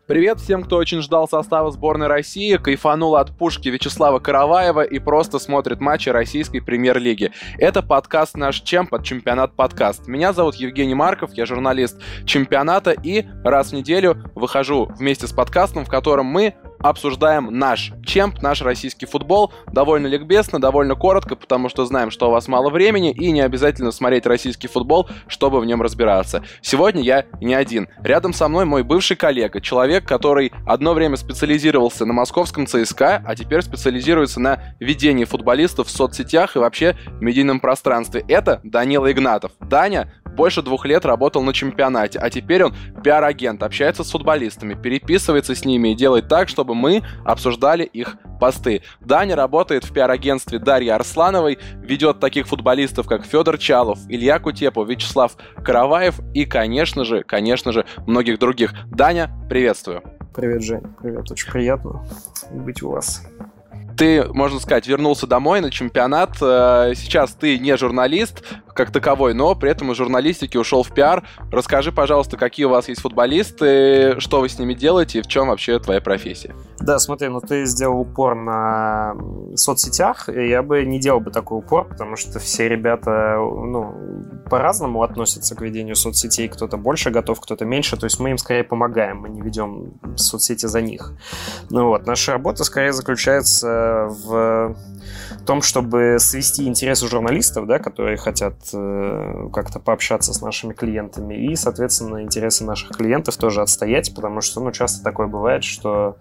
Привет всем, кто очень ждал состава сборной России, кайфанул от пушки Вячеслава Караваева и просто смотрит матчи российской премьер-лиги. Это подкаст «Наш Чемп» от «Чемпионат Подкаст». Меня зовут Евгений Марков, я журналист чемпионата и раз в неделю выхожу вместе с подкастом, в котором мы обсуждаем наш чемп, наш российский футбол. Довольно ликбезно, довольно коротко, потому что знаем, что у вас мало времени и не обязательно смотреть российский футбол, чтобы в нем разбираться. Сегодня я не один. Рядом со мной мой бывший коллега, человек, который одно время специализировался на московском ЦСКА, а теперь специализируется на ведении футболистов в соцсетях и вообще в медийном пространстве. Это Данила Игнатов. Даня больше 2 лет работал на чемпионате, а теперь он пиар-агент, общается с футболистами, переписывается с ними и делает так, чтобы мы обсуждали их посты. Даня работает в пиар-агентстве Дарьи Арслановой, ведет таких футболистов, как Федор Чалов, Илья Кутепов, Вячеслав Караваев и, конечно же, многих других. Даня, приветствую. Привет, Жень. Привет, очень приятно быть у вас. Ты, можно сказать, вернулся домой на чемпионат. Сейчас ты не журналист как таковой, но при этом из журналистики ушел в пиар. Расскажи, пожалуйста, какие у вас есть футболисты, что вы с ними делаете и в чем вообще твоя профессия? Да, смотри, ты сделал упор на соцсетях. Я бы не делал бы такой упор, потому что все ребята, по-разному относятся к ведению соцсетей. Кто-то больше готов, кто-то меньше. То есть мы им скорее помогаем, мы не ведем соцсети за них. Наша работа скорее заключается в том, чтобы свести интересы журналистов, да, которые хотят как-то пообщаться с нашими клиентами, и, соответственно, интересы наших клиентов тоже отстоять, потому что, часто такое бывает, что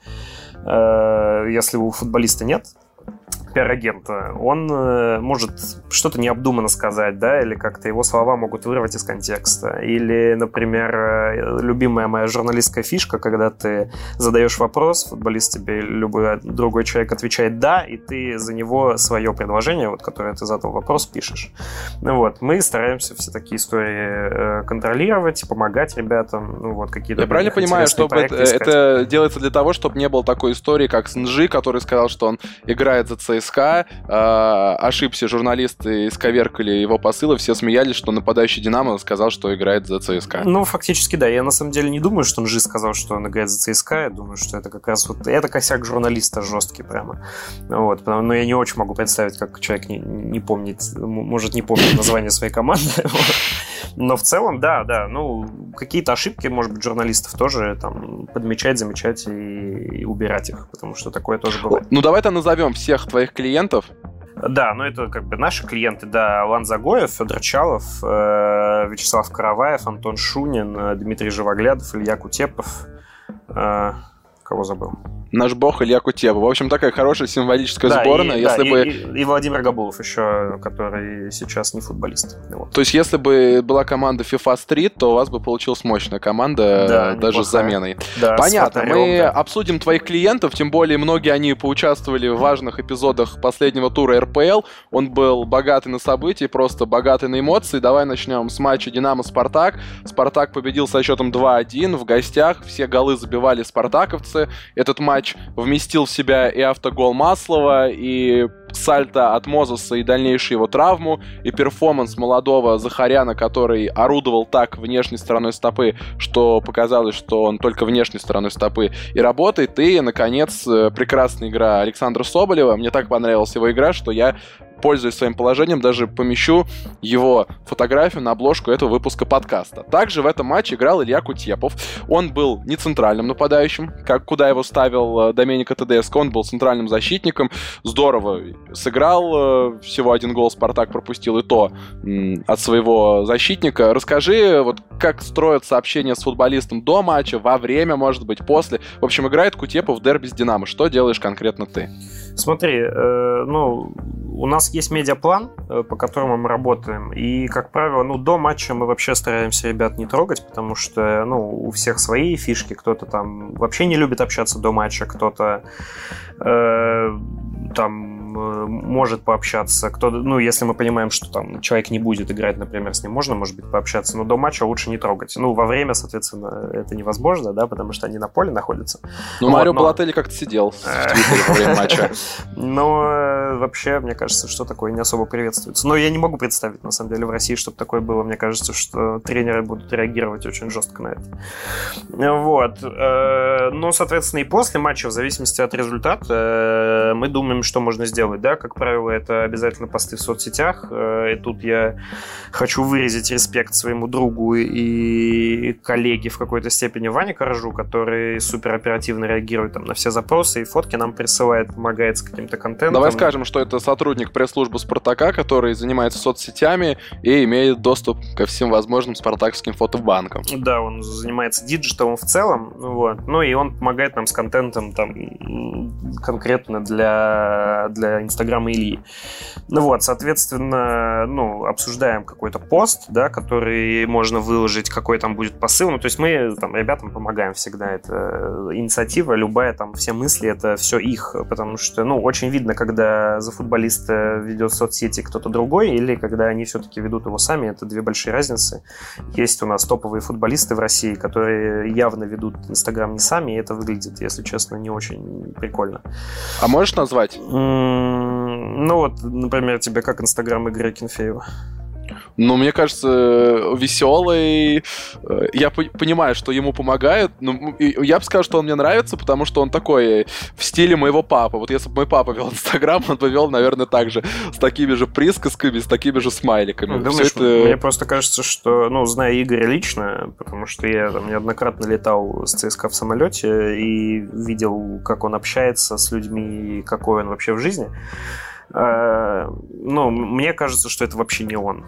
если у футболиста нет пиар-агента, он может что-то необдуманно сказать, да, или как-то его слова могут вырвать из контекста. Или, например, любимая моя журналистская фишка, когда ты задаешь вопрос, футболист тебе, любой другой человек отвечает «да», и ты за него свое предложение, которое ты задал вопрос, пишешь. Мы стараемся все такие истории контролировать, помогать ребятам, какие-то... Я правильно понимаю, что это делается для того, чтобы не было такой истории, как с Нжи, который сказал, что он играет за ЦСКА, ошибся журналист и исковеркали его посылы, все смеялись, что нападающий Динамо сказал, что играет за ЦСКА. Фактически, да. Я на самом деле не думаю, что Нжи сказал, что он играет за ЦСКА. Я думаю, что это как раз это косяк журналиста жесткий прямо. Но я не очень могу представить, как человек не помнит, может не помнить название своей команды. Но в целом, да. Какие-то ошибки, может быть, журналистов тоже подмечать, замечать и убирать их, потому что такое тоже бывает. Давай-то назовем всех твоих клиентов. Да, это наши клиенты, да, Алан Загоев, Федор Чалов, Вячеслав Караваев, Антон Шунин, Дмитрий Живоглядов, Илья Кутепов. Кого забыл? Наш бог Илья Кутепов. В общем, такая хорошая символическая сборная. И Владимир Габулов еще, который сейчас не футболист. То есть, если бы была команда FIFA Street, то у вас бы получилась мощная команда, да, даже с заменой. Да, понятно. Мы обсудим твоих клиентов, тем более многие они поучаствовали в важных эпизодах последнего тура РПЛ. Он был богатый на события, просто богатый на эмоции. Давай начнем с матча Динамо-Спартак. Спартак победил со счетом 2-1 в гостях. Все голы забивали спартаковцы. Этот матч вместил в себя и автогол Маслова, и сальто от Мозеса, и дальнейшую его травму, и перформанс молодого Захаряна, который орудовал так внешней стороной стопы, что показалось, что он только внешней стороной стопы и работает. И, наконец, прекрасная игра Александра Соболева. Мне так понравилась его игра, что я, пользуясь своим положением, даже помещу его фотографию на обложку этого выпуска подкаста. Также в этом матче играл Илья Кутепов. Он был не центральным нападающим, куда его ставил Доменико Тедеско. Он был центральным защитником. Здорово сыграл. Всего 1 гол Спартак пропустил, и то от своего защитника. Расскажи, как строятся общения с футболистом до матча, во время, может быть, после. В общем, играет Кутепов в дерби с Динамо. Что делаешь конкретно ты? Смотри, у нас есть медиаплан, по которому мы работаем, и, как правило, до матча мы вообще стараемся ребят не трогать, потому что, у всех свои фишки, кто-то там вообще не любит общаться до матча, кто-то может пообщаться. Кто-то, ну, если мы понимаем, что там человек не будет играть, например, с ним можно, может быть, пообщаться, но до матча лучше не трогать. Ну, во время, соответственно, это невозможно, да, потому что они на поле находятся. Ну, Марио Балотелли как-то сидел в Твиттере во время матча. Но вообще, мне кажется, что такое не особо приветствуется. Но я не могу представить, на самом деле, в России, чтобы такое было. Мне кажется, что тренеры будут реагировать очень жестко на это. Вот. Ну, соответственно, и после матча, в зависимости от результата, мы думаем, что можно сделать, да. Как правило, это обязательно посты в соцсетях. И тут я хочу выразить респект своему другу и коллеге в какой-то степени Ване Коржу, который супер оперативно реагирует там на все запросы и фотки нам присылает, помогает с каким-то контентом. Давай скажем, что это сотрудник пресс-службы «Спартака», который занимается соцсетями и имеет доступ ко всем возможным спартаковским фотобанкам. Да, он занимается диджиталом в целом, вот. Ну и он помогает нам с контентом там конкретно для Инстаграма Ильи. Ну вот, соответственно, ну, обсуждаем какой-то пост, да, который можно выложить, какой там будет посыл. Ну, то есть мы там ребятам помогаем всегда. Это инициатива, любая там, все мысли, это все их, потому что, ну, очень видно, когда за футболиста ведет соцсети кто-то другой, или когда они все-таки ведут его сами, это две большие разницы. Есть у нас топовые футболисты в России, которые явно ведут Инстаграм не сами, и это выглядит, если честно, не очень прикольно. А можешь назвать? Ну вот, например, тебе как Инстаграм Игоря Акинфеева? Ну, мне кажется, веселый. Я понимаю, что ему помогают. Но я бы сказал, что он мне нравится, потому что он такой в стиле моего папы. Вот если бы мой папа вел Инстаграм, он бы вел, наверное, так же. С такими же присказками, с такими же смайликами. Думаешь, мне просто кажется, что, ну, зная Игоря лично, потому что я там неоднократно летал с ЦСКА в самолете и видел, как он общается с людьми, какой он вообще в жизни. Ну, мне кажется, что это вообще не он.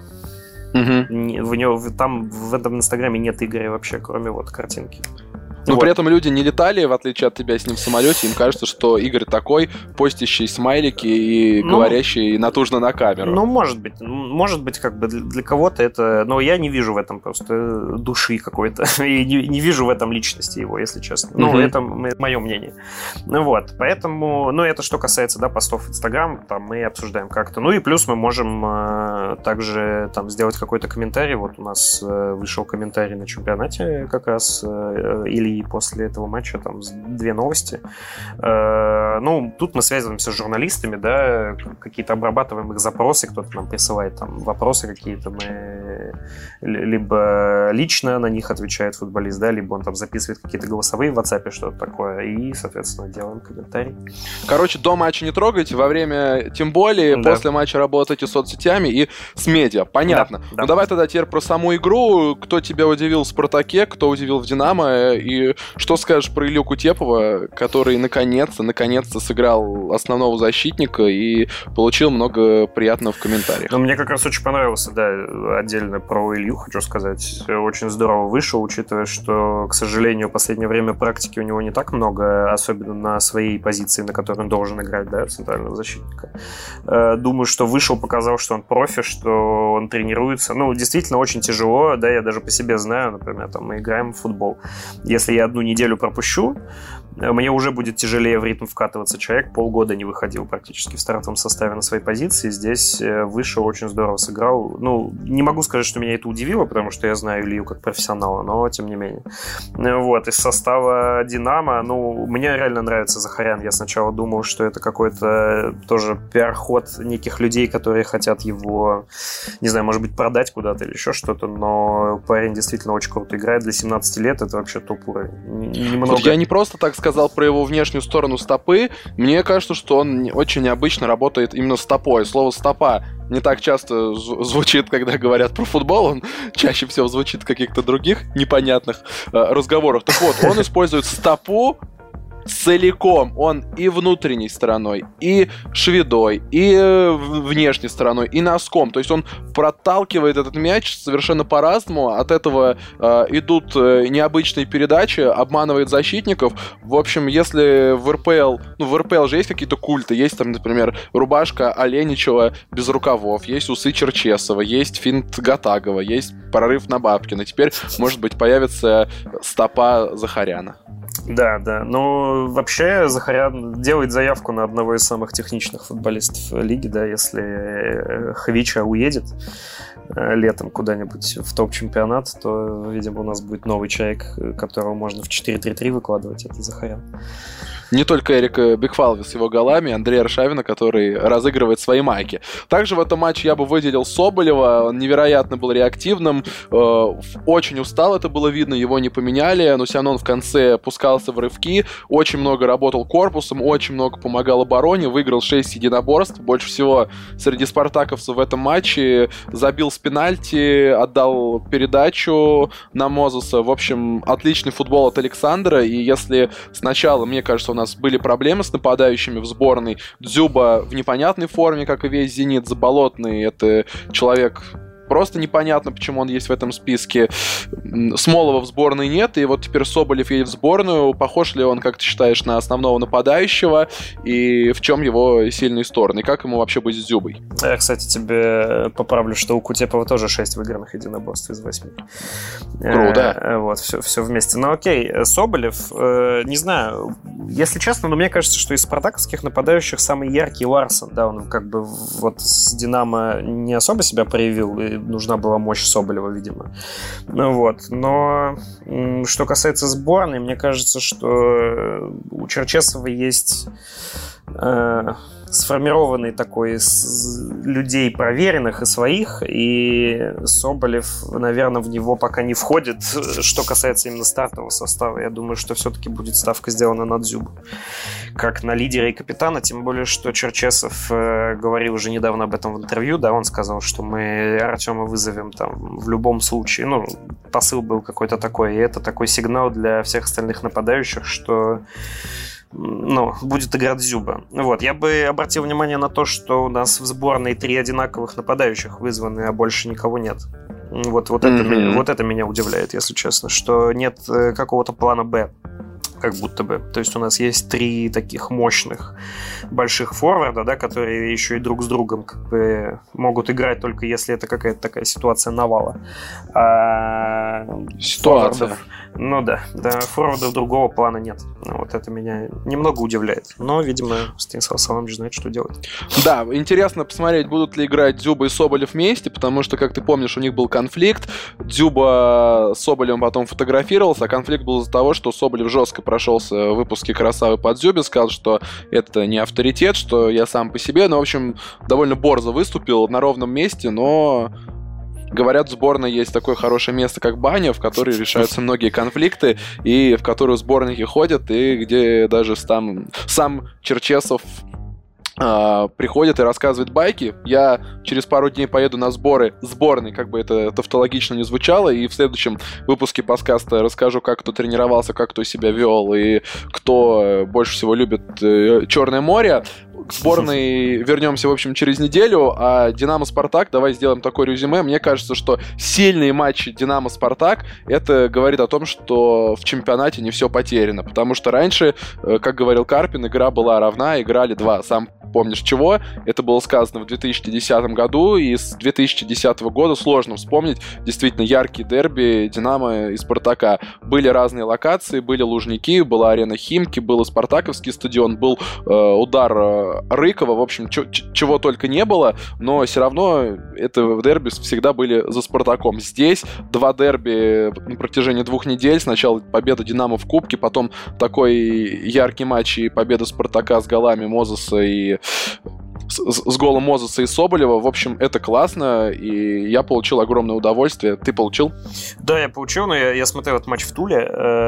Там в этом Инстаграме нет Игоря вообще, кроме вот картинки. Но вот. При этом люди не летали, в отличие от тебя, с ним в самолете. Им кажется, что Игорь такой, постящий смайлики и говорящий натужно на камеру. Ну, может быть, как бы для кого-то это... Но я не вижу в этом просто души какой-то. И не вижу в этом личности его, если честно. Ну, это мое мнение. Ну, вот. Поэтому... Ну, это что касается, да, постов в Инстаграм, там мы обсуждаем как-то. Ну, и плюс мы можем также там сделать какой-то комментарий. Вот у нас вышел комментарий на чемпионате как раз или после этого матча там две новости. Ну, тут мы связываемся с журналистами, да, какие-то обрабатываем их запросы, кто-то нам присылает там вопросы какие-то, мы либо лично на них отвечает футболист, да, либо он там записывает какие-то голосовые в WhatsApp, что-то такое, и, соответственно, делаем комментарий. Короче, до матча не трогайте, во время тем более, да. После матча работайте с соцсетями и с медиа, понятно. Да. Ну, давай тогда теперь про саму игру, кто тебя удивил в «Спартаке», кто удивил в «Динамо», и что скажешь про Илью Кутепова, который наконец-то сыграл основного защитника и получил много приятного в комментариях? Ну, мне как раз очень понравился, да, отдельно про Илью хочу сказать. Очень здорово вышел, учитывая, что, к сожалению, в последнее время практики у него не так много, особенно на своей позиции, на которой он должен играть, да, центрального защитника. Думаю, что вышел, показал, что он профи, что он тренируется. Ну, действительно, очень тяжело, да, я даже по себе знаю, например, там мы играем в футбол. Если я одну неделю пропущу, мне уже будет тяжелее в ритм вкатываться. Человек полгода не выходил практически в стартовом составе на своей позиции. Здесь вышел, очень здорово сыграл. Ну, не могу сказать, что меня это удивило, потому что я знаю Илью как профессионала, но тем не менее. Вот, из состава «Динамо», ну, мне реально нравится Захарян. Я сначала думал, что это какой-то тоже пиар-ход неких людей, которые хотят его, не знаю, может быть, продать куда-то или еще что-то, но парень действительно очень круто играет. Для 17 лет это вообще топ-уровень. Немного... Я не просто так сказал про его внешнюю сторону стопы. Мне кажется, что он очень необычно работает именно стопой. Слово «стопа» не так часто звучит, когда говорят про футбол. Он чаще всего звучит в каких-то других непонятных разговорах. Так вот, он использует стопу целиком. Он и внутренней стороной, и шведой, и внешней стороной, и носком. То есть он проталкивает этот мяч совершенно по-разному. От этого идут необычные передачи, обманывает защитников. В общем, если в РПЛ... Ну, в РПЛ же есть какие-то культы. Есть там, например, рубашка Оленичева без рукавов, есть усы Черчесова, есть финт Гатагова, есть прорыв на Бабкина. Теперь, может быть, появится стопа Захаряна. Да. Ну, вообще, Захарян делает заявку на одного из самых техничных футболистов лиги, да, если Хвича уедет летом куда-нибудь в топ-чемпионат, то, видимо, у нас будет новый человек, которого можно в 4-3-3 выкладывать, это Захарян. Не только Эрика Бекфалви с его голами, Андрея Аршавина, который разыгрывает свои майки. Также в этом матче я бы выделил Соболева. Он невероятно был реактивным. Очень устал, это было видно, его не поменяли, но все равно он в конце пускался в рывки. Очень много работал корпусом, очень много помогал обороне. Выиграл 6 единоборств. Больше всего среди спартаковцев в этом матче. Забил с пенальти, отдал передачу на Мозеса. В общем, отличный футбол от Александра. И если сначала, мне кажется, у нас были проблемы с нападающими в сборной. Дзюба в непонятной форме, как и весь «Зенит». Заболотный — это человек... Просто непонятно, почему он есть в этом списке. Смолова в сборной нет, и вот теперь Соболев едет в сборную. Похож ли он, как ты считаешь, на основного нападающего? И в чем его сильные стороны? И как ему вообще быть с Дзюбой? Я, кстати, тебе поправлю, что у Кутепова тоже 6 выигранных единоборств из 8. Круто. Вот, все вместе. Ну окей, Соболев, не знаю, если честно, но мне кажется, что из спартаковских нападающих самый яркий Ларсон. Да, он как бы вот с «Динамо» не особо себя проявил, и нужна была мощь Соболева, видимо. Ну вот. Но что касается сборной, мне кажется, что у Черчесова есть сформированный такой из людей проверенных и своих, и Соболев, наверное, в него пока не входит. Что касается именно стартового состава, я думаю, что все-таки будет ставка сделана на Дзюбу как на лидера и капитана, тем более, что Черчесов говорил уже недавно об этом в интервью, да, он сказал, что мы Артема вызовем там в любом случае, ну, посыл был какой-то такой, и это такой сигнал для всех остальных нападающих, что будет играть Дзюба. Вот. Я бы обратил внимание на то, что у нас в сборной 3 одинаковых нападающих вызваны, а больше никого нет. Вот это меня удивляет, если честно, что нет какого-то плана «Б». Как будто бы. То есть у нас есть 3 таких мощных больших форварда, да, которые еще и друг с другом как бы могут играть только если это какая-то такая ситуация навала. Ситуация. Форвардов другого плана нет. Вот это меня немного удивляет. Но, видимо, Станислав Саламович знает, что делать. Да, интересно посмотреть, будут ли играть Дзюба и Соболев вместе, потому что, как ты помнишь, у них был конфликт. Дзюба с Соболевым потом фотографировался, а конфликт был из-за того, что Соболев жестко прошелся в выпуске «Красавы» под Дзюбе, сказал, что это не авторитет, что я сам по себе. Ну, в общем, довольно борзо выступил на ровном месте, но... Говорят, в сборной есть такое хорошее место, как баня, в которой решаются многие конфликты, и в которую сборники ходят, и где даже сам Черчесов приходит и рассказывает байки. Я через пару дней поеду на сборы сборной, как бы это тавтологично не звучало, и в следующем выпуске подкаста расскажу, как кто тренировался, как кто себя вел, и кто больше всего любит Черное море. К сборной вернемся, в общем, через неделю, а «Динамо-Спартак», давай сделаем такое резюме. Мне кажется, что сильные матчи «Динамо-Спартак» это говорит о том, что в чемпионате не все потеряно, потому что раньше, как говорил Карпин, игра была равна, играли 2. Сам помнишь чего? Это было сказано в 2010 году, и с 2010 года сложно вспомнить действительно яркие дерби «Динамо» и «Спартака». Были разные локации, были Лужники, была арена Химки, был и Спартаковский стадион, был удар Рыкова, в общем, чего только не было, но все равно это дерби всегда были за Спартаком. Здесь 2 дерби на протяжении 2 недель. Сначала победа «Динамо» в Кубке, потом такой яркий матч и победа Спартака с голами Мозеса и с голом Мозеса и Соболева. В общем, это классно, и я получил огромное удовольствие. Ты получил? Да, я получил, но я смотрел этот матч в Туле,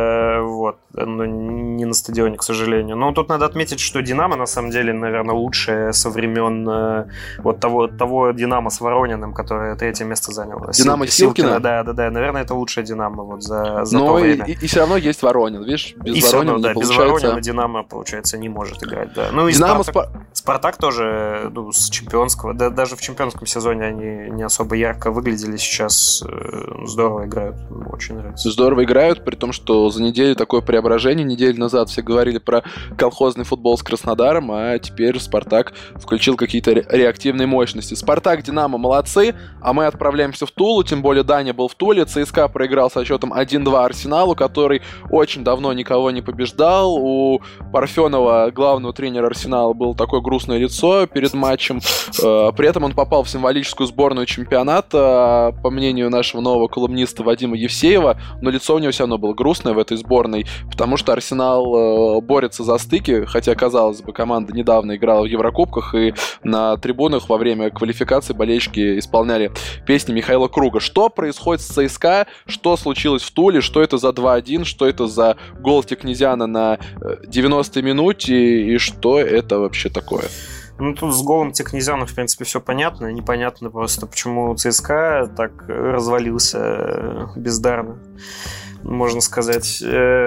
но не на стадионе, к сожалению. Но тут надо отметить, что «Динамо» на самом деле, наверное, лучшее со времен того «Динамо» с Ворониным, которое 3-е место заняло. «Динамо» Силкина? Да, наверное, это лучшее «Динамо» за то время. И все равно есть Воронин, видишь? Без Воронина «Динамо», получается, не может играть. Да. Ну и «Спартак» тоже с чемпионского, да, даже в чемпионском сезоне они не особо ярко выглядели, сейчас здорово играют, очень нравится. Здорово играют, при том, что за неделю такое преображение, неделю назад все говорили про колхозный футбол с Краснодаром, а теперь Спартак включил какие-то реактивные мощности. Спартак, Динамо молодцы, а мы отправляемся в Тулу, тем более Даня был в Туле, ЦСКА проиграл со счетом 1-2 Арсеналу, который очень давно никого не побеждал, у Парфенова, главного тренера Арсенала, было такое грустное лицо перед матчем, при этом он попал в символическую сборную чемпионата, по мнению нашего нового колумниста Вадима Евсеева, но лицо у него все равно было грустное в этой сборной, потому что Арсенал борется за стыки, хотя, казалось бы, команда недавно играла в Еврокубках, и на трибунах во время квалификации болельщики исполняли песни Михаила Круга. Что происходит с ЦСКА? Что случилось в Туле? Что это за 2-1? Что это за гол Текнезяна на 90-й минуте? И что это вообще такое? Ну, тут с голом Текнезяна, в принципе, все понятно. Непонятно просто, почему ЦСКА так развалился бездарно, можно сказать.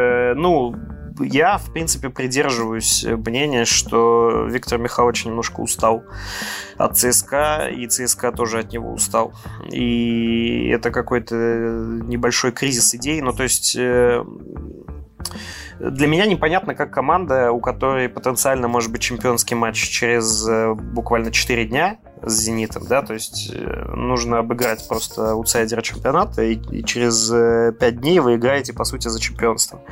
Я, в принципе, придерживаюсь мнения, что Виктор Михайлович немножко устал от ЦСКА, и ЦСКА тоже от него устал. И это какой-то небольшой кризис идей. Ну, то есть... Для меня непонятно, как команда, у которой потенциально может быть чемпионский матч через буквально 4 дня с «Зенитом», да, то есть нужно обыграть просто аутсайдера чемпионата, и через 5 дней вы играете, по сути, за чемпионство.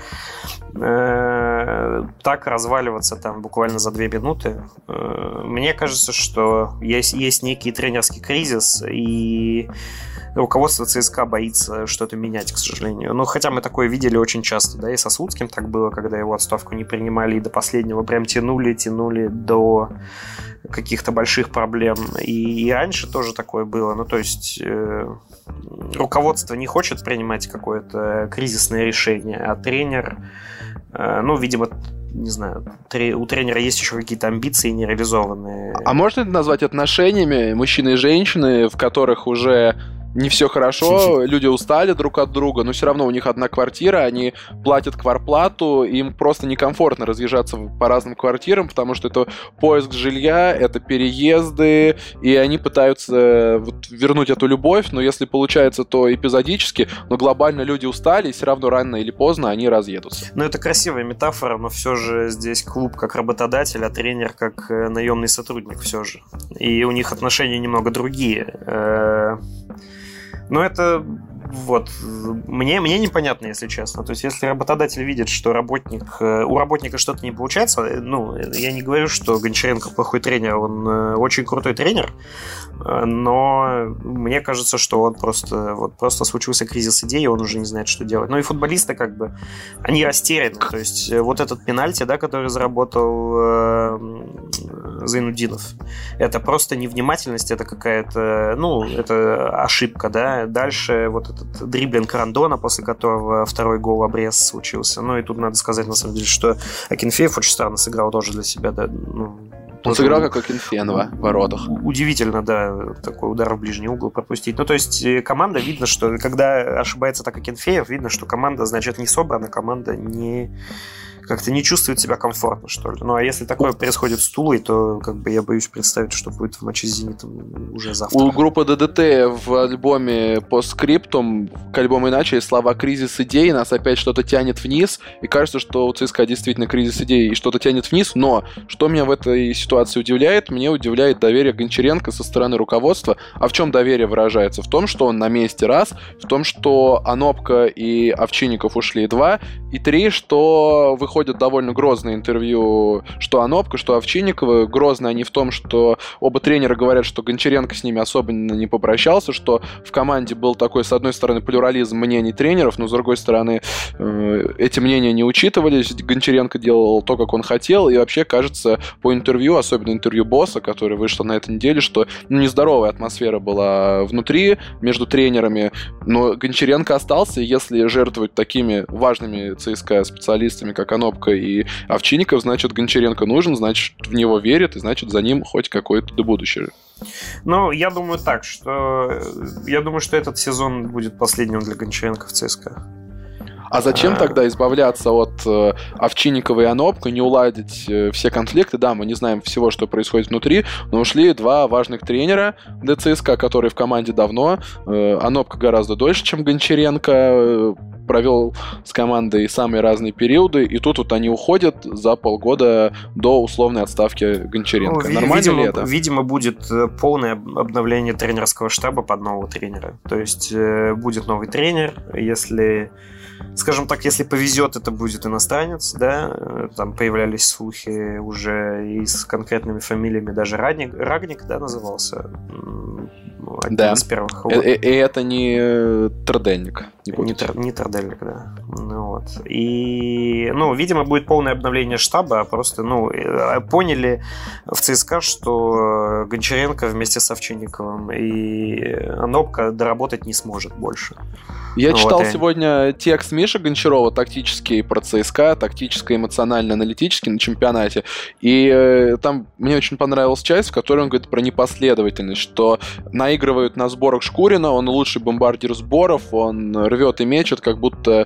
Так разваливаться там буквально за 2 минуты. Мне кажется, что есть некий тренерский кризис, и руководство ЦСКА боится что-то менять, к сожалению. Ну, хотя мы такое видели очень часто, да, и со Слуцким так было, когда его отставку не принимали, и до последнего прям тянули до каких-то больших проблем. И раньше тоже такое было. Ну, то есть руководство не хочет принимать какое-то кризисное решение, а тренер, видимо, не знаю, у тренера есть еще какие-то амбиции нереализованные. А можно это назвать отношениями мужчины и женщины, в которых уже не все хорошо, люди устали друг от друга, но все равно у них одна квартира, они платят квартплату, им просто некомфортно разъезжаться по разным квартирам, потому что это поиск жилья, это переезды, и они пытаются вернуть эту любовь, но если получается, то эпизодически, но глобально люди устали, и все равно рано или поздно они разъедутся. Ну, это красивая метафора, но все же здесь клуб как работодатель, а тренер как наемный сотрудник все же. И у них отношения немного другие. Но это мне непонятно, если честно. То есть, если работодатель видит, что у работника что-то не получается, я не говорю, что Гончаренко плохой тренер, он очень крутой тренер, но мне кажется, что он просто случился кризис идей, и он уже не знает, что делать. Ну и футболисты они растеряны. То есть, вот этот пенальти, да, который заработал Зайнуддинов, это просто невнимательность, это какая-то, это ошибка, да. Дальше вот этот дриблинг Рандона, после которого второй гол обрез случился. Ну и тут надо сказать, на самом деле, что Акинфеев очень странно сыграл тоже для себя, да. Он сыграл как Акинфенова в воротах. Удивительно, да, такой удар в ближний угол пропустить. Ну, то есть команда, видно, что когда ошибается так Акинфеев, видно, что команда, значит, не собрана, команда как-то не чувствует себя комфортно, что ли. Ну, а если такое происходит с Тулой, то я боюсь представить, что будет в матче с «Зенитом» уже завтра. У группы ДДТ в альбоме «Постскриптум» к альбому иначе есть слова «кризис идей», нас опять что-то тянет вниз, и кажется, что у ЦСКА действительно кризис идей и что-то тянет вниз, но что меня в этой ситуации удивляет? Мне удивляет доверие Гончаренко со стороны руководства. А в чем доверие выражается? В том, что он на месте, раз, в том, что Анопко и Овчинников ушли, два, и три, что выходит довольно грозное интервью, что Анопко, что Овчинникова. Грозно они в том, что оба тренера говорят, что Гончаренко с ними особо не попрощался, что в команде был такой, с одной стороны, плюрализм мнений тренеров, но с другой стороны, эти мнения не учитывались. Гончаренко делал то, как он хотел, и вообще, кажется, по интервью, особенно интервью босса, которое вышло на этой неделе, что нездоровая атмосфера была внутри, между тренерами, но Гончаренко остался, и если жертвовать такими важными ЦСКА специалистами, как Анопко и Овчинников, значит, Гончаренко нужен, значит, в него верят, и значит, за ним хоть какое-то будущее. Ну, я думаю так, что... Я думаю, что этот сезон будет последним для Гончаренко в ЦСКА. А зачем тогда избавляться от Овчинникова и Анопко, не уладить все конфликты? Да, мы не знаем всего, что происходит внутри, но ушли два важных тренера для ЦСКА, которые в команде давно. Анопко гораздо дольше, чем Гончаренко, провел с командой самые разные периоды, и тут вот они уходят за полгода до условной отставки Гончаренко. Нормально ли это? Видимо, будет полное обновление тренерского штаба под нового тренера. То есть будет новый тренер, если... Скажем так, если повезет, это будет иностранец, да, там появлялись слухи уже и с конкретными фамилиями, даже Рагник, да, назывался, один из первых. И это не Трдельник. Не Трдельник, да. Ну, вот. И, видимо, будет полное обновление штаба, просто, поняли в ЦСКА, что Гончаренко вместе с Овчинниковым и Анопко доработать не сможет больше. Я читал сегодня текст Миши Гончарова, тактический про ЦСКА, тактическо-эмоционально-аналитический на чемпионате. И там мне очень понравилась часть, в которой он говорит про непоследовательность, что наигрывают на сборах Шкурина, он лучший бомбардир сборов, он рвет и мечет, как будто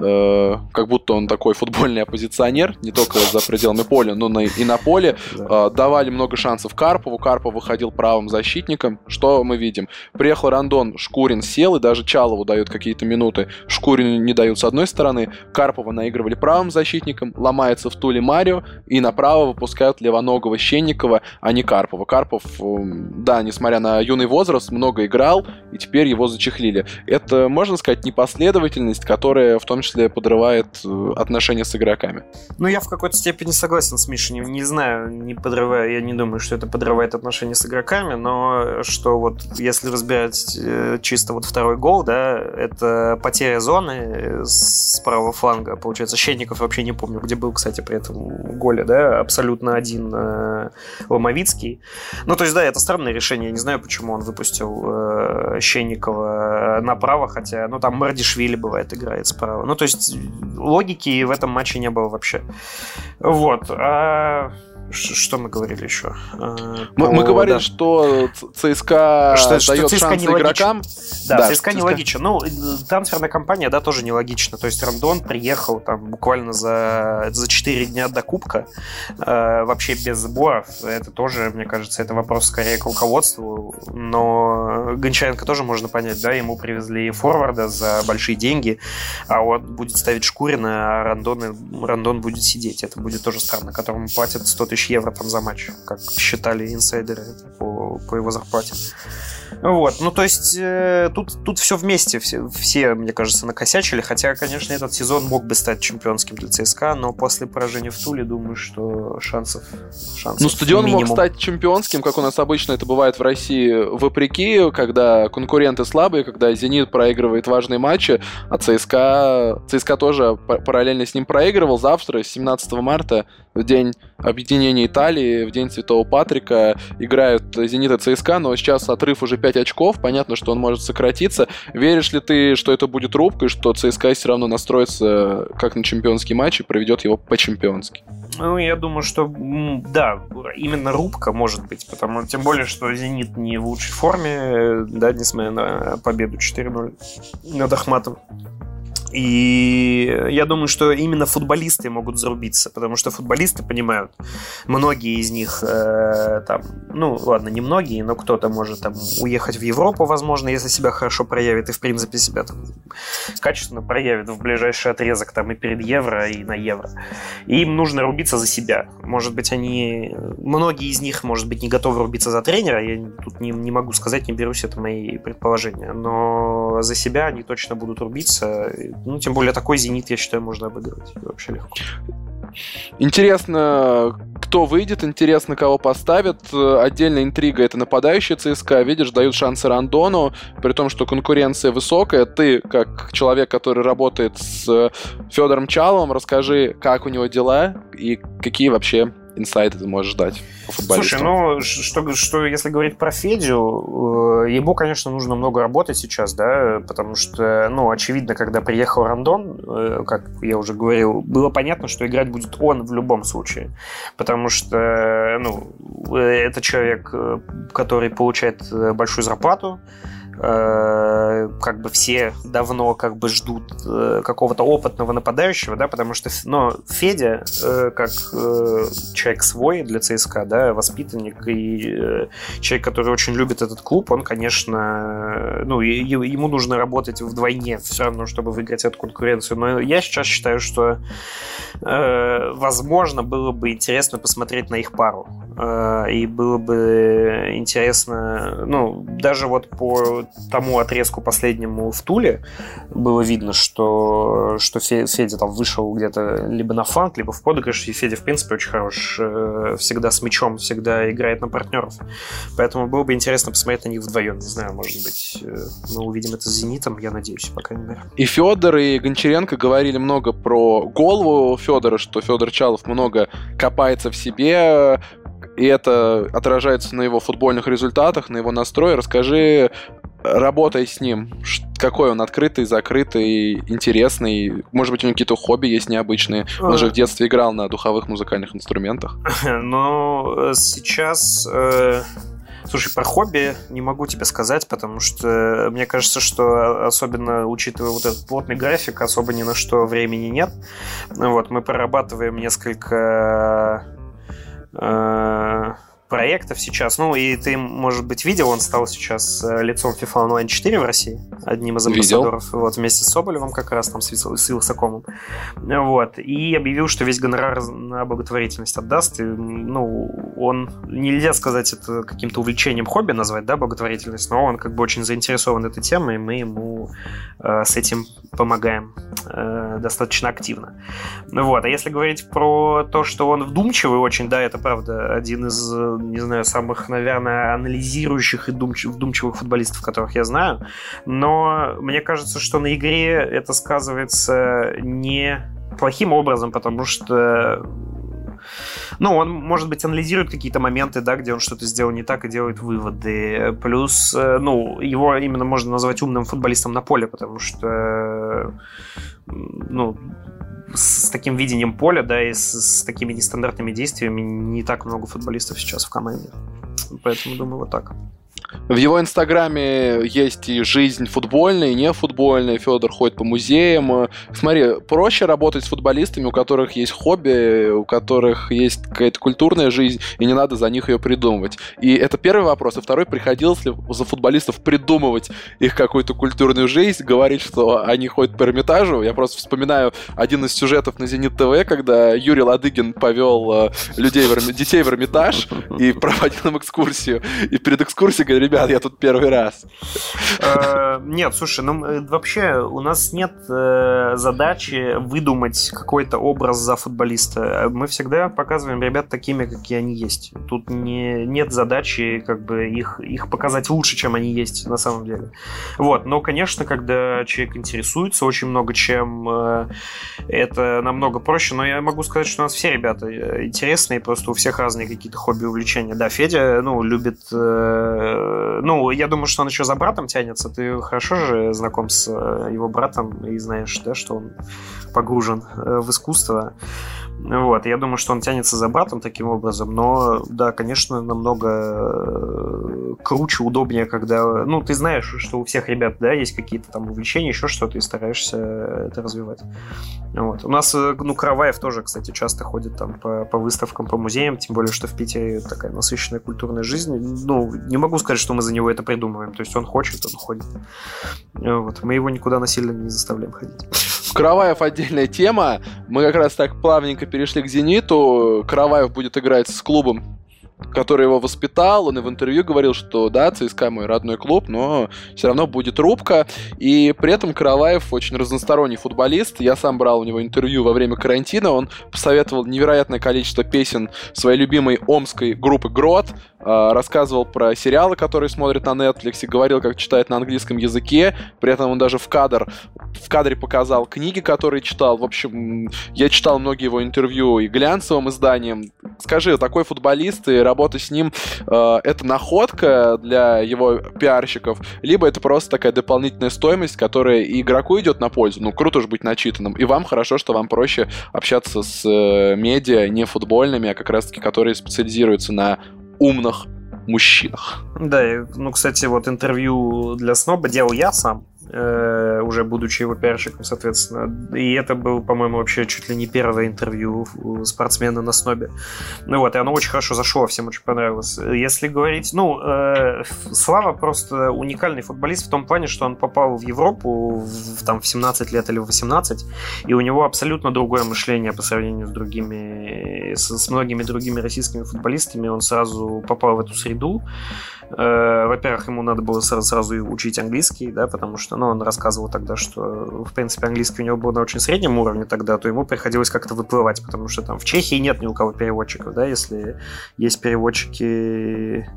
он такой футбольный оппозиционер, не только за пределами поля, но и на поле. Да. Давали много шансов Карпову. Карпов выходил правым защитником. Что мы видим? Приехал Рандон, Шкурин сел, и даже Чалову дают какие-то минуты. Шкурину не дают с одной стороны. Карпова наигрывали правым защитником. Ломается в Туле Марио, и направо выпускают левоногого Щенникова, а не Карпова. Карпов, да, несмотря на юный возраст, много играл, и теперь его зачехлили. Это, можно сказать, непоследовательность, которая в том числе подрывает отношения с игроками. Я в какой-то степени согласен с Мишей. Не знаю, не подрываю, я не думаю, что это подрывает отношения с игроками, но что вот если разбирать чисто вот второй гол, да, это потеря зоны с правого фланга. Получается, Щенников вообще не помню, где был, кстати, при этом голе, да, абсолютно один Ломовицкий. То есть, да, это странное решение. Я не знаю, почему он выпустил Щенникова направо, хотя, там Мардишвили бывает играет справа. То есть логики в этом матче не было вообще. Вот. Что мы говорили еще? Мы говорили, что ЦСКА дает шансы игрокам. Да, ЦСКА нелогично. Трансферная кампания, да, тоже нелогично. То есть Рандон приехал там буквально за 4 дня до Кубка, вообще без сборов. Это тоже, мне кажется, это вопрос скорее к руководству. Но Гончаренко тоже можно понять, да, ему привезли форварда за большие деньги, а он будет ставить Шкурина, а Рандон будет сидеть. Это будет тоже странно, которому платят 100 тысяч евро там за матч, как считали инсайдеры по его зарплате. Вот, то есть тут все вместе, все, мне кажется, накосячили, хотя, конечно, этот сезон мог бы стать чемпионским для ЦСКА, но после поражения в Туле, думаю, что шансов стадион минимум. Мог стать чемпионским, как у нас обычно это бывает в России, вопреки, когда конкуренты слабые, когда «Зенит» проигрывает важные матчи, а ЦСКА тоже параллельно с ним проигрывал. Завтра, 17 марта, в день объединения Италии, в день Святого Патрика, играют «Зенит» и ЦСКА, но сейчас отрыв уже 5 очков, понятно, что он может сократиться. Веришь ли ты, что это будет рубка, и что ЦСКА все равно настроится как на чемпионский матч и проведет его по-чемпионски? Я думаю, что да, именно рубка может быть, потому тем более, что «Зенит» не в лучшей форме, да, несмотря на победу 4-0 над Ахматом. И я думаю, что именно футболисты могут зарубиться, потому что футболисты понимают, многие из них ладно, не многие, но кто-то может там уехать в Европу, возможно, если себя хорошо проявит и в принципе себя там качественно проявит в ближайший отрезок там и перед Евро, и на Евро. И им нужно рубиться за себя. Может быть, многие из них, может быть, не готовы рубиться за тренера, я тут не могу сказать, не берусь, это мои предположения, но за себя они точно будут рубиться. Тем более такой «Зенит», я считаю, можно обыгрывать вообще легко. Интересно, кто выйдет, интересно, кого поставят. Отдельная интрига — это нападающий ЦСКА. Видишь, дают шансы Рандону, при том, что конкуренция высокая. Ты, как человек, который работает с Федором Чаловым, расскажи, как у него дела и какие вообще инсайты ты можешь дать по футболисту. Слушай, что если говорить про Федю, ему, конечно, нужно много работать сейчас, да, потому что, очевидно, когда приехал Рандон, как я уже говорил, было понятно, что играть будет он в любом случае, потому что, это человек, который получает большую зарплату, как бы все давно как бы ждут какого-то опытного нападающего, да, потому что, Федя, как человек свой для ЦСКА, да, воспитанник и человек, который очень любит этот клуб, он, конечно, ему нужно работать вдвойне все равно, чтобы выиграть эту конкуренцию. Но я сейчас считаю, что возможно было бы интересно посмотреть на их пару. И было бы интересно, даже вот по тому отрезку последнему в Туле было видно, что Федя там вышел где-то либо на фланг, либо в подыгрыш, и Федя, в принципе, очень хорош, всегда с мячом, всегда играет на партнеров. Поэтому было бы интересно посмотреть на них вдвоем. Не знаю, может быть, мы увидим это с «Зенитом», я надеюсь, по крайней мере. И Федор, и Гончаренко говорили много про голову Федора, что Федор Чалов много копается в себе, и это отражается на его футбольных результатах, на его настрое. Расскажи, работая с ним, какой он открытый, закрытый, интересный. Может быть, у него какие-то хобби есть необычные. Он же в детстве играл на духовых музыкальных инструментах. Сейчас... Слушай, про хобби не могу тебе сказать, потому что мне кажется, что особенно учитывая вот этот плотный график, особо ни на что времени нет. Мы прорабатываем несколько проектов сейчас. И ты, может быть, видел, он стал сейчас лицом FIFA Online 4 в России, одним из амбассадоров. Вместе с Соболевым как раз, там, с Вилсакомом. И объявил, что весь гонорар на благотворительность отдаст. И, он, нельзя сказать, это каким-то увлечением хобби назвать, да, благотворительность, но он как бы очень заинтересован этой темой, и мы ему с этим помогаем достаточно активно. А если говорить про то, что он вдумчивый очень, да, это правда один из, не знаю, самых, наверное, анализирующих и вдумчивых футболистов, которых я знаю. Но мне кажется, что на игре это сказывается не плохим образом, потому что он, может быть, анализирует какие-то моменты, да, где он что-то сделал не так и делает выводы. Плюс, его именно можно назвать умным футболистом на поле, потому что, с таким видением поля, да, и с такими нестандартными действиями не так много футболистов сейчас в команде. Поэтому, думаю, вот так. В его инстаграме есть и жизнь футбольная, и не футбольная. Федор ходит по музеям. Смотри, проще работать с футболистами, у которых есть хобби, у которых есть какая-то культурная жизнь, и не надо за них ее придумывать. И это первый вопрос. И второй, приходилось ли за футболистов придумывать их какую-то культурную жизнь, говорить, что они ходят по Эрмитажу. Я просто вспоминаю один из сюжетов на Зенит ТВ, когда Юрий Ладыгин повел детей в Эрмитаж и проводил им экскурсию. И перед экскурсией говорит: ребят, я тут первый раз. Нет, слушай, вообще у нас нет задачи выдумать какой-то образ за футболиста. Мы всегда показываем ребят такими, какие они есть. Тут нет задачи как бы их показать лучше, чем они есть на самом деле. Но, конечно, когда человек интересуется очень много чем, это намного проще. Но я могу сказать, что у нас все ребята интересные, просто у всех разные какие-то хобби, увлечения. Да, Федя, любит... я думаю, что он еще за братом тянется. Ты хорошо же знаком с его братом и знаешь, да, что он погружен в искусство. Я думаю, что он тянется за братом таким образом, но, да, конечно, намного круче, удобнее, когда... ты знаешь, что у всех ребят, да, есть какие-то там увлечения, еще что-то, и стараешься это развивать. У нас, Караваев тоже, кстати, часто ходит там по выставкам, по музеям, тем более, что в Питере такая насыщенная культурная жизнь. Не могу сказать, что мы за него это придумываем, то есть он хочет, он ходит. Мы его никуда насильно не заставляем ходить. Караваев отдельная тема. Мы как раз так плавненько перешли к «Зениту». Караваев будет играть с клубом, который его воспитал. Он и в интервью говорил, что да, ЦСКА мой родной клуб, но все равно будет рубка. И при этом Караваев очень разносторонний футболист. Я сам брал у него интервью во время карантина. Он посоветовал невероятное количество песен своей любимой омской группы «Грот». Рассказывал про сериалы, которые смотрит на Netflix, говорил, как читает на английском языке. При этом он даже в кадре показал книги, которые читал. В общем, я читал многие его интервью и глянцевым изданиям. Скажи, такой футболист и работа с ним это находка для его пиарщиков, либо это просто такая дополнительная стоимость, которая и игроку идет на пользу. Круто же быть начитанным. И вам хорошо, что вам проще общаться с медиа, не футбольными, а как раз-таки которые специализируются на умных мужчинах. Да, ну, кстати, вот интервью для Сноба делал я сам, уже будучи его пиарщиком, соответственно. И это было, по-моему, вообще чуть ли не первое интервью спортсмена на Снобе. Ну вот, и оно очень хорошо зашло, всем очень понравилось. Если говорить, ну, Слава просто уникальный футболист в том плане, что он попал в Европу там, в 17 лет или в 18, и у него абсолютно другое мышление по сравнению с другими, с многими другими российскими футболистами. Он сразу попал в эту среду. Во-первых, ему надо было сразу учить английский, да, потому что, ну, он рассказывал тогда, что, в принципе, английский у него был на очень среднем уровне тогда, то ему приходилось как-то выплывать, потому что там в Чехии нет ни у кого переводчиков, да, если есть переводчики...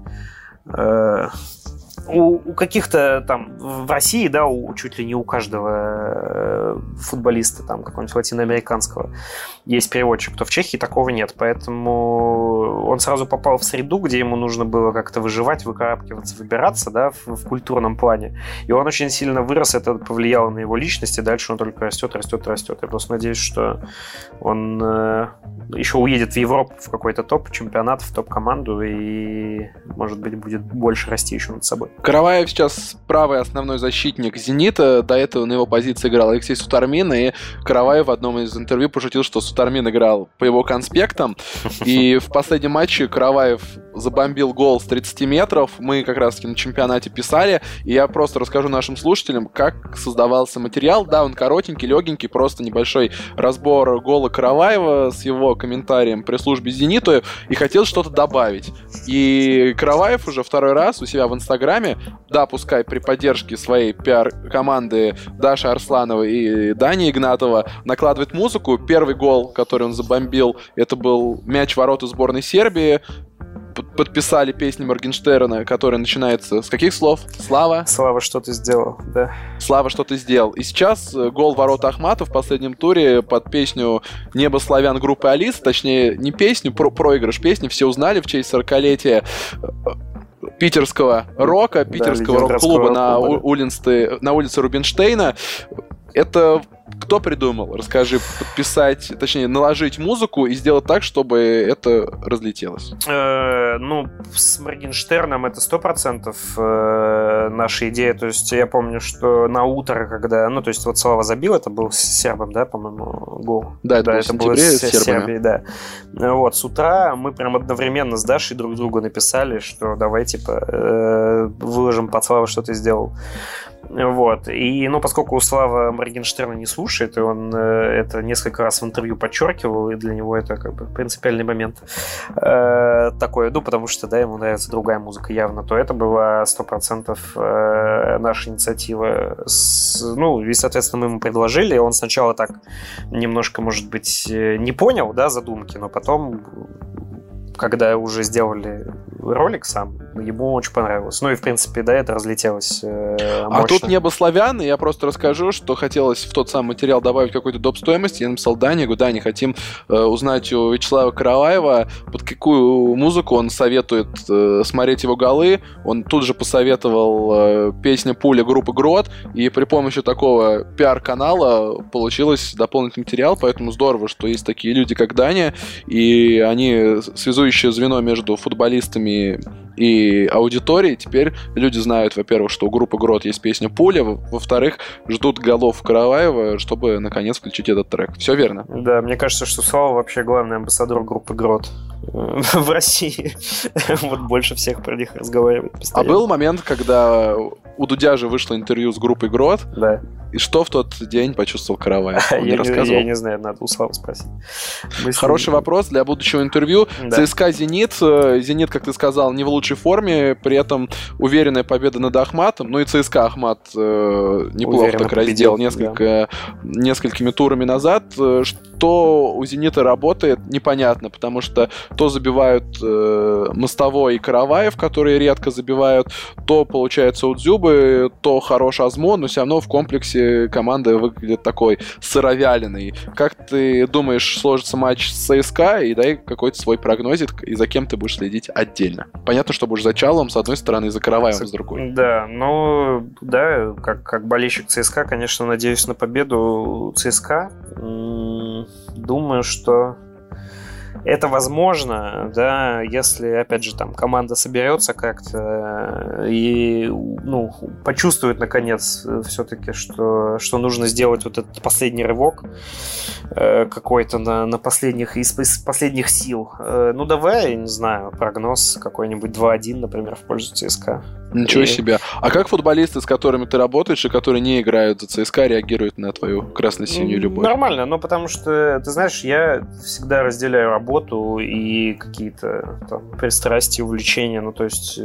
У каких-то там в России, да, чуть ли не у каждого футболиста, там, какого-нибудь латиноамериканского, есть переводчик, то в Чехии такого нет. Поэтому он сразу попал в среду, где ему нужно было как-то выживать, выкарабкиваться, выбираться, да, в культурном плане. И он очень сильно вырос, это повлияло на его личность, и дальше он только растет. Я просто надеюсь, что он еще уедет в Европу в какой-то топ-чемпионат, в топ-команду, и, может быть, будет больше расти еще над собой. Караваев сейчас правый основной защитник «Зенита». До этого на его позиции играл Алексей Сутармин, и Караваев в одном из интервью пошутил, что Сутармин играл по его конспектам. И в последнем матче Караваев забомбил гол с 30 метров. Мы как раз-таки на чемпионате писали, и я просто расскажу нашим слушателям, как создавался материал. Да, он коротенький, легенький, просто небольшой разбор гола Караваева с его комментарием при службе «Зениту», и хотел что-то добавить. И Караваев уже второй раз у себя в Инстаграме, да, пускай при поддержке своей пиар-команды Даши Арслановой и Дани Игнатова, накладывает музыку. Первый гол, который он забомбил, это был мяч в ворота сборной Сербии. Подписали песню Моргенштерна, которая начинается с каких слов? Слава? Слава, что ты сделал, да. Слава, что ты сделал. И сейчас гол ворота Ахмата в последнем туре под песню «Небо славян» группы Алиса, точнее, не песню, проигрыш песни, все узнали в честь 40-летия питерского рока, питерского рок-клуба на улице Рубинштейна. Это кто придумал? Расскажи, подписать, точнее, наложить музыку и сделать так, чтобы это разлетелось. Ну, с Моргенштерном это 100% наша идея. То есть я помню, что на утро, когда... Ну, то есть вот Слава забил, это был с сербом, да, по-моему, гол. Да, это было с Сербией, да. Вот, с утра мы прям одновременно с Дашей друг другу написали, что давай, типа, выложим под Славу, что ты сделал. Вот. И, ну, поскольку Слава Моргенштерна не слушает, и он это несколько раз в интервью подчеркивал, и для него это как бы принципиальный момент такой, ну, потому что, да, ему нравится другая музыка явно, то это была 100% наша инициатива. Ну, и, соответственно, мы ему предложили, и он сначала так немножко, может быть, не понял, да, задумки, но потом, когда уже сделали ролик сам, ему очень понравилось. Ну и, в принципе, да, это разлетелось мощно. А тут «Небо славян», и я просто расскажу, что хотелось в тот самый материал добавить какую-то доп. Стоимость. Я написал Дане, говорю, Дане, хотим узнать у Вячеслава Караваева, под какую музыку он советует смотреть его голы. Он тут же посоветовал песню «Пуля» группы «Грот», и при помощи такого пиар-канала получилось дополнительный материал, поэтому здорово, что есть такие люди, как Даня, и они связующее звено между футболистами и аудиторией. Теперь люди знают, во-первых, что у группы «Грот» есть песня «Пуля», во-вторых, ждут голов Караваева, чтобы, наконец, включить этот трек. Все верно? Да, мне кажется, что Слава вообще главный амбассадор группы «Грот» в России. Вот больше всех про них разговаривает постоянно. А был момент, когда у Дудя же вышло интервью с группой «Грот», да. И что в тот день почувствовал Караваев? Он не рассказывал? Я не знаю, надо у Славы спросить. Хороший вопрос для будущего интервью. Да. ЦСКА «Зенит». «Зенит», как ты сказал, не в лучшей форме, при этом уверенная победа над Ахматом. Ну и ЦСКА Ахмат неплохо уверенно так раздел несколькими турами назад. Что у «Зенита» работает, непонятно, потому что то забивают Мостовой и Караваев, которые редко забивают, то, получается, Удзюбы, то хорош Азмон, но все равно в комплексе команда выглядит такой сыровяленой. Как ты думаешь, сложится матч с ЦСКА? И дай какой-то свой прогнозик, и за кем ты будешь следить отдельно. Понятно, что будешь за Чалом, с одной стороны, и за Караваевым, с другой. Да, ну, да, как болельщик ЦСКА, конечно, надеюсь на победу ЦСКА. Думаю, что это возможно, да, если, опять же, там команда соберется как-то и, ну, почувствует, наконец, все-таки, что нужно сделать вот этот последний рывок какой-то на последних, из последних сил. Ну, давай, я не знаю, прогноз какой-нибудь 2-1, например, в пользу ЦСКА. Ничего себе. А как футболисты, с которыми ты работаешь и которые не играют за ЦСКА, реагируют на твою красно-синюю любовь? Нормально, но потому что, ты знаешь, я всегда разделяю работу и какие-то там пристрастия, увлечения. Ну, то есть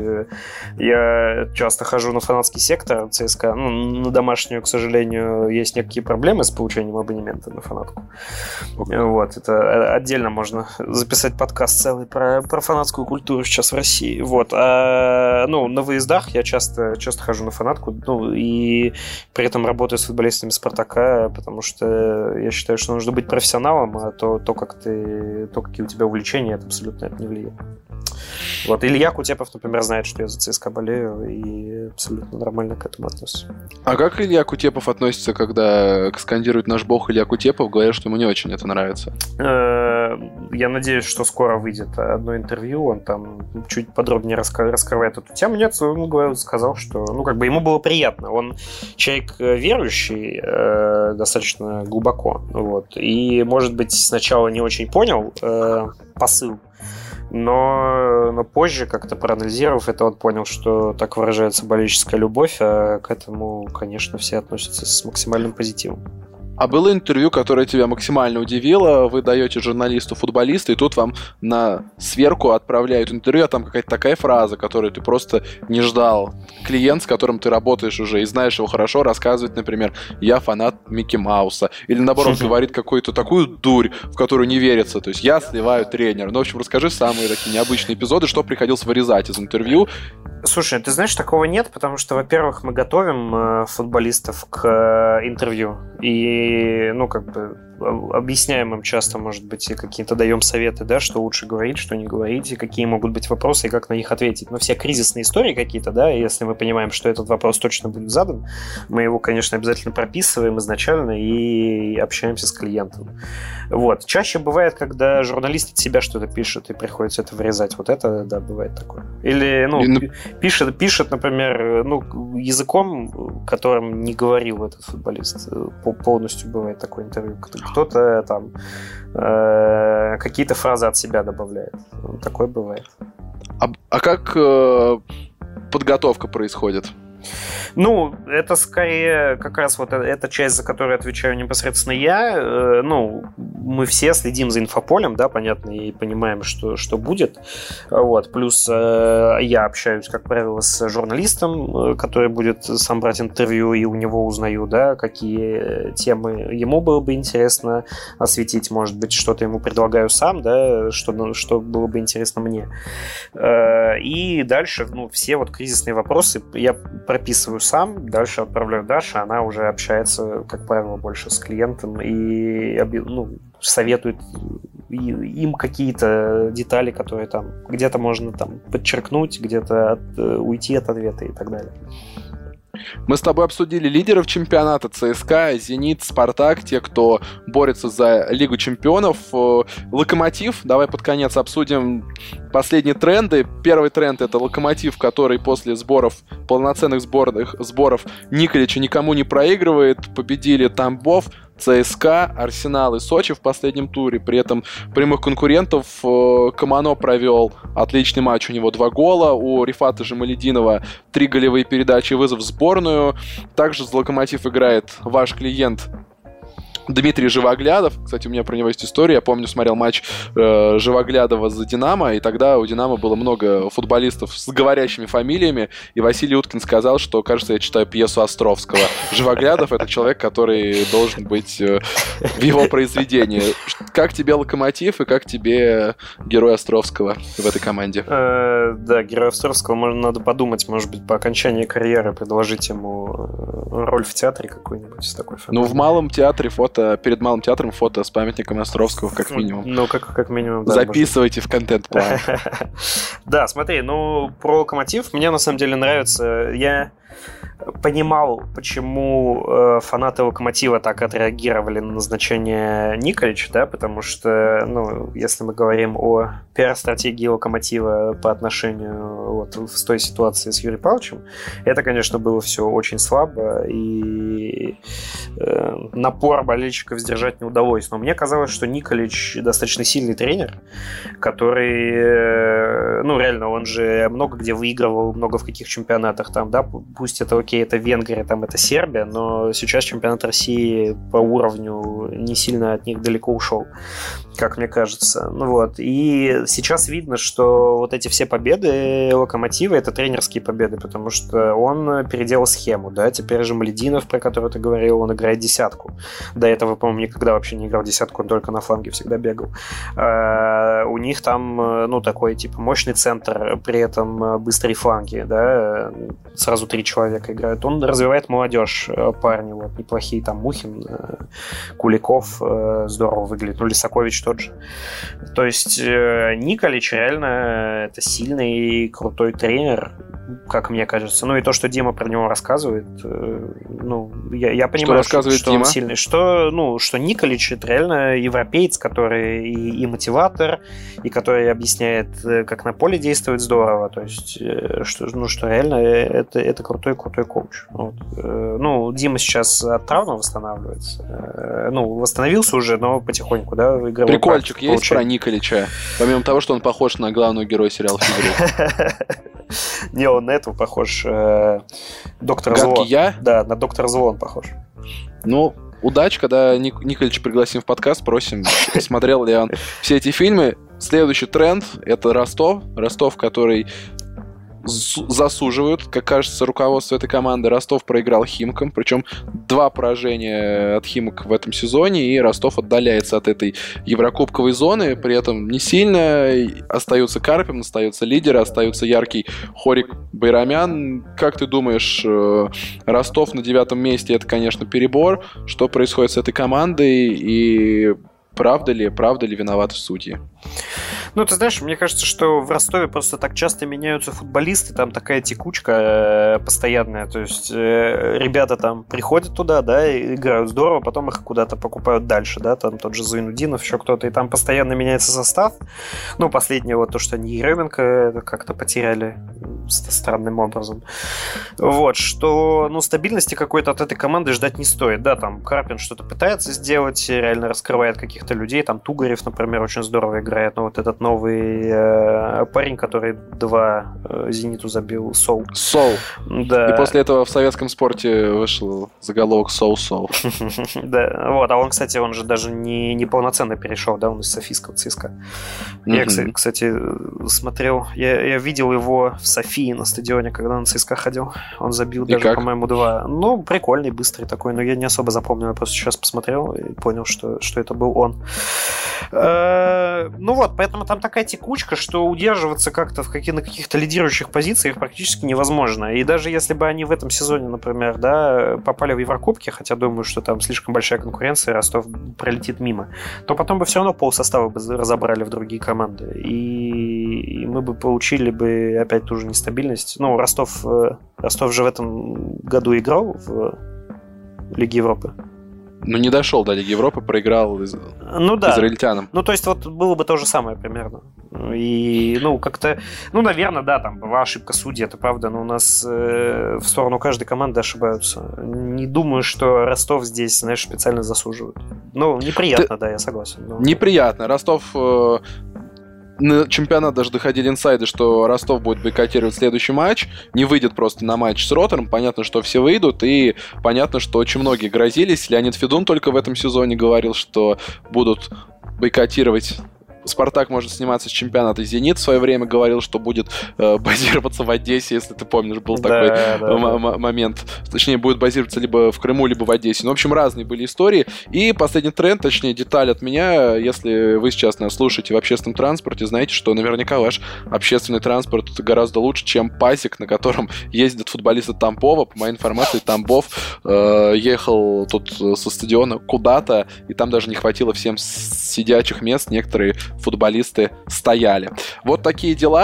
я часто хожу на фанатский сектор ЦСКА. Ну, на домашнюю, к сожалению, есть некие проблемы с получением абонемента на фанатку. Вот, это отдельно можно записать подкаст целый про фанатскую культуру сейчас в России. Вот. А, ну, на выездах я часто хожу на фанатку, ну, и при этом работаю с футболистами Спартака, потому что я считаю, что нужно быть профессионалом, а то какие у тебя увлечения, это абсолютно не влияет. Вот. Илья Кутепов, например, знает, что я за ЦСКА болею, и абсолютно нормально к этому относится. А как Илья Кутепов относится, когда скандирует «Наш бог» Илья Кутепов, говорят, что ему не очень это нравится? Я надеюсь, что скоро выйдет одно интервью, он там чуть подробнее раскрывает эту тему. Нет, он сказал, что, ну, как бы ему было приятно. Он человек верующий достаточно глубоко, вот, и, может быть, сначала не очень понял посыл, но позже, как-то проанализировав это, он понял, что так выражается болельческая любовь, а к этому, конечно, все относятся с максимальным позитивом. А было интервью, которое тебя максимально удивило, вы даете журналисту футболиста, и тут вам на сверку отправляют интервью, а там какая-то такая фраза, которую ты просто не ждал. Клиент, с которым ты работаешь уже и знаешь его хорошо, рассказывает, например, «Я фанат Микки Мауса». Или, наоборот, говорит какую-то такую дурь, в которую не верится. То есть «Я сливаю тренера». Ну, в общем, расскажи самые такие необычные эпизоды, что приходилось вырезать из интервью. Слушай, ты знаешь, такого нет, потому что, во-первых, мы готовим футболистов к интервью. И, ну, как бы, объясняем им часто, может быть, и какие-то даем советы, да, что лучше говорить, что не говорить, и какие могут быть вопросы, и как на них ответить. Но все кризисные истории какие-то, да, если мы понимаем, что этот вопрос точно будет задан, мы его, конечно, обязательно прописываем изначально и общаемся с клиентом. Вот. Чаще бывает, когда журналист от себя что-то пишет, и приходится это вырезать. Вот это, да, бывает такое. Или, ну, пишет, например, ну, языком, которым не говорил этот футболист. Полностью бывает такое интервью. Кто-то там какие-то фразы от себя добавляет. Такое бывает. А как подготовка происходит? Ну, это скорее как раз вот эта часть, за которую отвечаю непосредственно я. Ну, мы все следим за инфополем, да, понятно, и понимаем, что будет. Вот. Плюс я общаюсь, как правило, с журналистом, который будет сам брать интервью, и у него узнаю, да, какие темы ему было бы интересно осветить. Может быть, что-то ему предлагаю сам, да, что было бы интересно мне. И дальше, ну, все вот кризисные вопросы я прописываю сам, дальше отправляю Даше, она уже общается, как правило, больше с клиентом и, ну, советует им какие-то детали, которые там где-то можно там подчеркнуть, где-то уйти от ответа и так далее. Мы с тобой обсудили лидеров чемпионата: ЦСКА, Зенит, Спартак, те, кто борется за Лигу чемпионов. Локомотив, давай под конец обсудим последние тренды. Первый тренд — это Локомотив, который после полноценных сборов Николича никому не проигрывает. Победили Тамбов, ЦСКА, Арсенал и Сочи в последнем туре. При этом прямых конкурентов Комано провел отличный матч, у него 2 гола. У Рифата Жамалединова 3 голевые передачи, вызов в сборную. Также за Локомотив играет ваш клиент Дмитрий Живоглядов. Кстати, у меня про него есть история. Я помню, смотрел матч Живоглядова за «Динамо», и тогда у «Динамо» было много футболистов с говорящими фамилиями, и Василий Уткин сказал, что, кажется, я читаю пьесу Островского. Живоглядов — это человек, который должен быть в его произведении. Как тебе «Локомотив» и как тебе герой Островского в этой команде? Да, герой Островского надо подумать, может быть, по окончании карьеры предложить ему роль в театре какую-нибудь с такой фамилией. Ну, в Малом театре перед Малым театром фото с памятником Островского, как минимум. Ну, как минимум, да. Записывайте в контент-план. Да, смотри, ну, про Локомотив мне на самом деле нравится. Я понимал, почему фанаты «Локомотива» так отреагировали на назначение Николича, да, потому что, ну, если мы говорим о пиар-стратегии «Локомотива» по отношению вот в той ситуации с Юрием Павловичем, это, конечно, было все очень слабо, и напор болельщиков сдержать не удалось. Но мне казалось, что Николич достаточно сильный тренер, который, ну, реально, он же много где выигрывал, много в каких чемпионатах там, да, пусть это окей, это Венгрия, там это Сербия, но сейчас чемпионат России по уровню не сильно от них далеко ушел, как мне кажется. Ну вот, и сейчас видно, что вот эти все победы Локомотива — это тренерские победы, потому что он переделал схему, да, теперь же Млединов, про которого ты говорил, он играет десятку. До этого, по-моему, никогда вообще не играл десятку, он только на фланге всегда бегал. У них там, ну, такой, типа, мощный центр, при этом быстрые фланги, да, сразу 3 человека играют. Он развивает молодежь, парни, вот, неплохие, там, Мухин, Куликов здорово выглядит, ну, Лисакович тот же. То есть Николич реально это сильный, крутой тренер, как мне кажется. Ну и то, что Дима про него рассказывает, ну, я понимаю, что Дима? Он сильный. Что Николич — это реально европеец, который и мотиватор, и который объясняет, как на поле действовать здорово. То есть, что реально это крутой коуч. Вот. Ну, Дима сейчас от травмы восстанавливается. Ну, восстановился уже, но потихоньку, да, в игровой прикольчик есть получает. Про Николича? Помимо того, что он похож на главного героя сериала «Физрук». Не, он на этого похож. Доктор Зло. Да, на Доктора Зло он похож. Ну, удачи, когда Николича пригласим в подкаст, спросим, смотрел ли он все эти фильмы. Следующий тренд — это Ростов. Ростов, который засуживают, как кажется, руководство этой команды. Ростов проиграл Химкам, причем 2 поражения от Химок в этом сезоне, и Ростов отдаляется от этой еврокубковой зоны, при этом не сильно. Остаются Карпин, остаются лидеры, остается яркий Хорик Байрамян. Как ты думаешь, Ростов на 9-м месте — это, конечно, перебор. Что происходит с этой командой, и правда ли виноваты судьи? Ну, ты знаешь, мне кажется, что в Ростове просто так часто меняются футболисты, там такая текучка постоянная, то есть ребята там приходят туда, да, и играют здорово, потом их куда-то покупают дальше, да, там тот же Зайнудинов, еще кто-то, и там постоянно меняется состав. Ну, последнее вот то, что они Еременко как-то потеряли странным образом. Вот, что, ну, стабильности какой-то от этой команды ждать не стоит, да, там Карпин что-то пытается сделать, реально раскрывает каких-то людей, там Тугарев, например, очень здорово играет, но вот этот новый парень, который 2 Зениту забил, Соу. Да. И после этого в советском спорте вышел заголовок Соу. Да, вот, а он, кстати, он же даже не полноценно перешел, да, он из софийского ЦСКА. Я, кстати, смотрел, я видел его в Софии на стадионе, когда на ЦСКА ходил. Он забил даже, по-моему, 2. Ну, прикольный, быстрый такой, но я не особо запомнил, я просто сейчас посмотрел и понял, что это был он. Ну вот, поэтому там такая текучка, что удерживаться как-то на каких-то лидирующих позициях практически невозможно. И даже если бы они в этом сезоне, например, да, попали в Еврокубки, хотя думаю, что там слишком большая конкуренция, Ростов пролетит мимо, то потом бы все равно полсостава бы разобрали в другие команды. И мы бы получили бы опять ту же нестабильность. Ну, Ростов же в этом году играл в Лиге Европы. Ну, не дошел до Лиги Европы, проиграл израильтянам. Ну, то есть, вот было бы то же самое примерно. И, ну, как-то... Ну, наверное, да, там была ошибка судьи, это правда, но у нас в сторону каждой команды ошибаются. Не думаю, что Ростов здесь, знаешь, специально засуживают. Ну, неприятно, да, я согласен. Но... Неприятно. Ростов... На чемпионат даже доходили инсайды, что Ростов будет бойкотировать следующий матч, не выйдет просто на матч с Ротором. Понятно, что все выйдут, и понятно, что очень многие грозились. Леонид Федун только в этом сезоне говорил, что будут бойкотировать. Спартак может сниматься с чемпионата. Зенит в свое время говорил, что будет базироваться в Одессе, если ты помнишь, был такой момент. Точнее, будет базироваться либо в Крыму, либо в Одессе. Ну, в общем, разные были истории. И последний тренд, точнее, деталь от меня. Если вы сейчас нас слушаете в общественном транспорте, знаете, что наверняка ваш общественный транспорт гораздо лучше, чем пасек, на котором ездят футболисты Тамбова. По моей информации, Тамбов ехал тут со стадиона куда-то, и там даже не хватило всем сидячих мест. Некоторые футболисты стояли. Вот такие дела.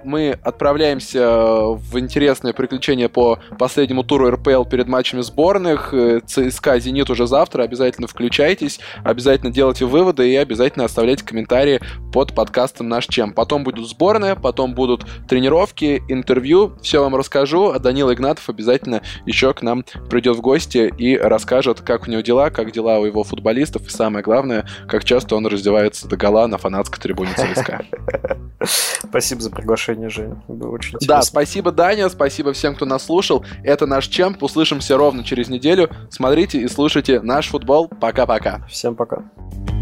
мы отправляемся в интересное приключение по последнему туру РПЛ перед матчами сборных. ЦСКА «Зенит» уже завтра. Обязательно включайтесь, обязательно делайте выводы и обязательно оставляйте комментарии под подкастом «Наш Чем». Потом будут сборные, потом будут тренировки, интервью. Все вам расскажу. А Данила Игнатов обязательно еще к нам придет в гости и расскажет, как у него дела, как дела у его футболистов и, самое главное, как часто он раздевается догола на фанатской трибуне ЦСКА. Спасибо за приглашение, Женя. Было очень интересно. Да, спасибо, Даня, спасибо всем, кто нас слушал. Это «Наш Чем». Услышимся ровно через неделю. Смотрите и слушайте «Наш футбол». Пока-пока. Всем пока.